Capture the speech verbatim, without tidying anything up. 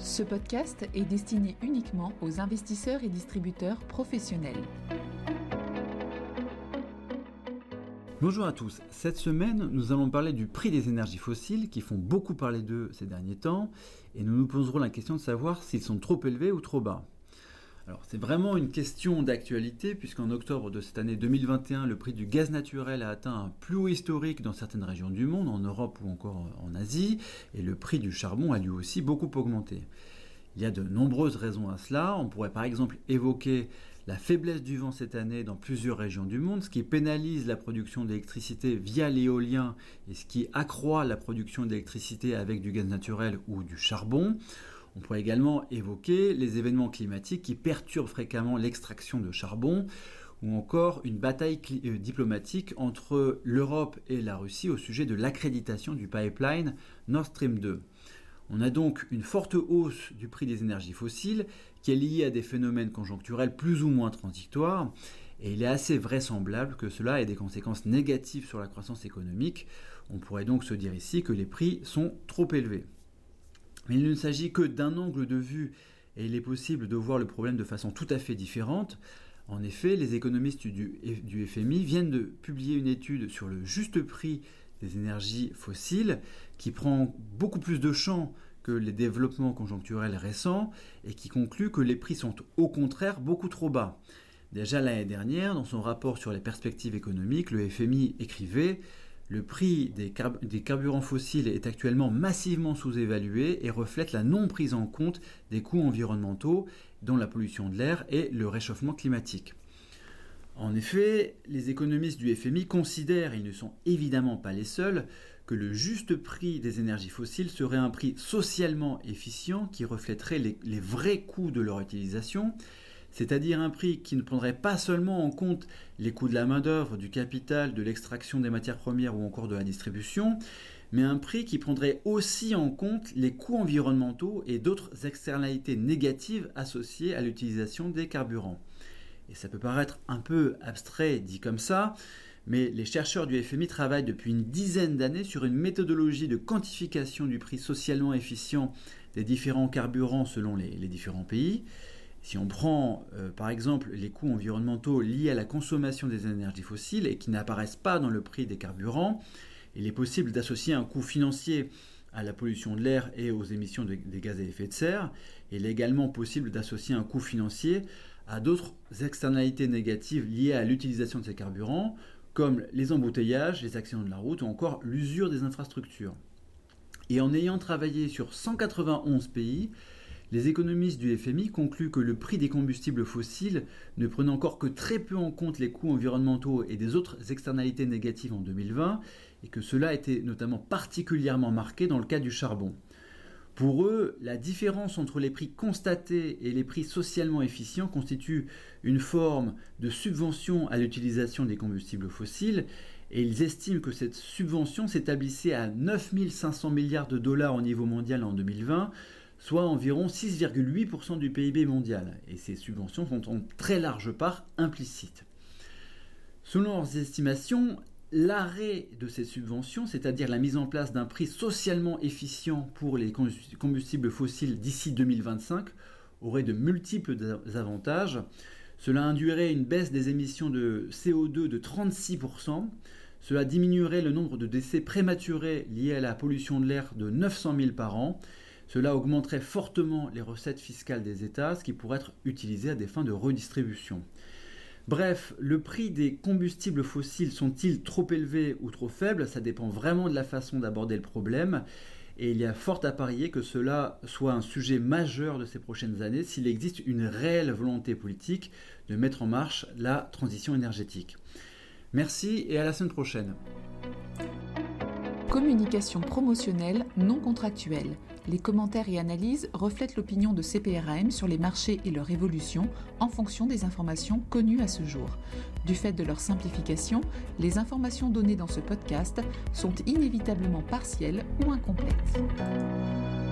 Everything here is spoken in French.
Ce podcast est destiné uniquement aux investisseurs et distributeurs professionnels. Bonjour à tous, cette semaine nous allons parler du prix des énergies fossiles qui font beaucoup parler d'eux ces derniers temps et nous nous poserons la question de savoir s'ils sont trop élevés ou trop bas. Alors c'est vraiment une question d'actualité puisqu'en octobre de cette année deux mille vingt et un, le prix du gaz naturel a atteint un plus haut historique dans certaines régions du monde, en Europe ou encore en Asie, et le prix du charbon a lui aussi beaucoup augmenté. Il y a de nombreuses raisons à cela. On pourrait par exemple évoquer la faiblesse du vent cette année dans plusieurs régions du monde, ce qui pénalise la production d'électricité via l'éolien et ce qui accroît la production d'électricité avec du gaz naturel ou du charbon. On pourrait également évoquer les événements climatiques qui perturbent fréquemment l'extraction de charbon ou encore une bataille cli- euh, diplomatique entre l'Europe et la Russie au sujet de l'accréditation du pipeline Nord Stream deux. On a donc une forte hausse du prix des énergies fossiles qui est liée à des phénomènes conjoncturels plus ou moins transitoires et il est assez vraisemblable que cela ait des conséquences négatives sur la croissance économique. On pourrait donc se dire ici que les prix sont trop élevés. Mais il ne s'agit que d'un angle de vue et il est possible de voir le problème de façon tout à fait différente. En effet, les économistes du, du F M I viennent de publier une étude sur le juste prix des énergies fossiles qui prend beaucoup plus de champ que les développements conjoncturels récents et qui conclut que les prix sont au contraire beaucoup trop bas. Déjà l'année dernière, dans son rapport sur les perspectives économiques, le F M I écrivait « Le prix des, carb- des carburants fossiles est actuellement massivement sous-évalué et reflète la non-prise en compte des coûts environnementaux, dont la pollution de l'air et le réchauffement climatique. » En effet, les économistes du F M I considèrent, et ils ne sont évidemment pas les seuls, que le juste prix des énergies fossiles serait un prix socialement efficient qui reflèterait les, les vrais coûts de leur utilisation, c'est-à-dire un prix qui ne prendrait pas seulement en compte les coûts de la main-d'œuvre, du capital, de l'extraction des matières premières ou encore de la distribution, mais un prix qui prendrait aussi en compte les coûts environnementaux et d'autres externalités négatives associées à l'utilisation des carburants. Et ça peut paraître un peu abstrait dit comme ça, mais les chercheurs du F M I travaillent depuis une dizaine d'années sur une méthodologie de quantification du prix socialement efficient des différents carburants selon les, les différents pays. Si on prend euh, par exemple les coûts environnementaux liés à la consommation des énergies fossiles et qui n'apparaissent pas dans le prix des carburants, il est possible d'associer un coût financier à la pollution de l'air et aux émissions de, des gaz à effet de serre. Il est également possible d'associer un coût financier à d'autres externalités négatives liées à l'utilisation de ces carburants, comme les embouteillages, les accidents de la route ou encore l'usure des infrastructures. Et en ayant travaillé sur cent quatre-vingt-onze pays, les économistes du F M I concluent que le prix des combustibles fossiles ne prenait encore que très peu en compte les coûts environnementaux et des autres externalités négatives en deux mille vingt et que cela était notamment particulièrement marqué dans le cas du charbon. Pour eux, la différence entre les prix constatés et les prix socialement efficients constitue une forme de subvention à l'utilisation des combustibles fossiles et ils estiment que cette subvention s'établissait à neuf mille cinq cents milliards de dollars au niveau mondial en deux mille vingt, soit environ six virgule huit pour cent du P I B mondial. Et ces subventions sont en très large part implicites. Selon leurs estimations, l'arrêt de ces subventions, c'est-à-dire la mise en place d'un prix socialement efficient pour les combustibles fossiles d'ici deux mille vingt-cinq, aurait de multiples avantages. Cela induirait une baisse des émissions de C O deux de trente-six pour cent. Cela diminuerait le nombre de décès prématurés liés à la pollution de l'air de neuf cent mille par an. Cela augmenterait fortement les recettes fiscales des États, ce qui pourrait être utilisé à des fins de redistribution. Bref, le prix des combustibles fossiles sont-ils trop élevés ou trop faibles ? Ça dépend vraiment de la façon d'aborder le problème. Et il y a fort à parier que cela soit un sujet majeur de ces prochaines années s'il existe une réelle volonté politique de mettre en marche la transition énergétique. Merci et à la semaine prochaine. Communication promotionnelle non contractuelle. Les commentaires et analyses reflètent l'opinion de C P R A M sur les marchés et leur évolution en fonction des informations connues à ce jour. Du fait de leur simplification, les informations données dans ce podcast sont inévitablement partielles ou incomplètes.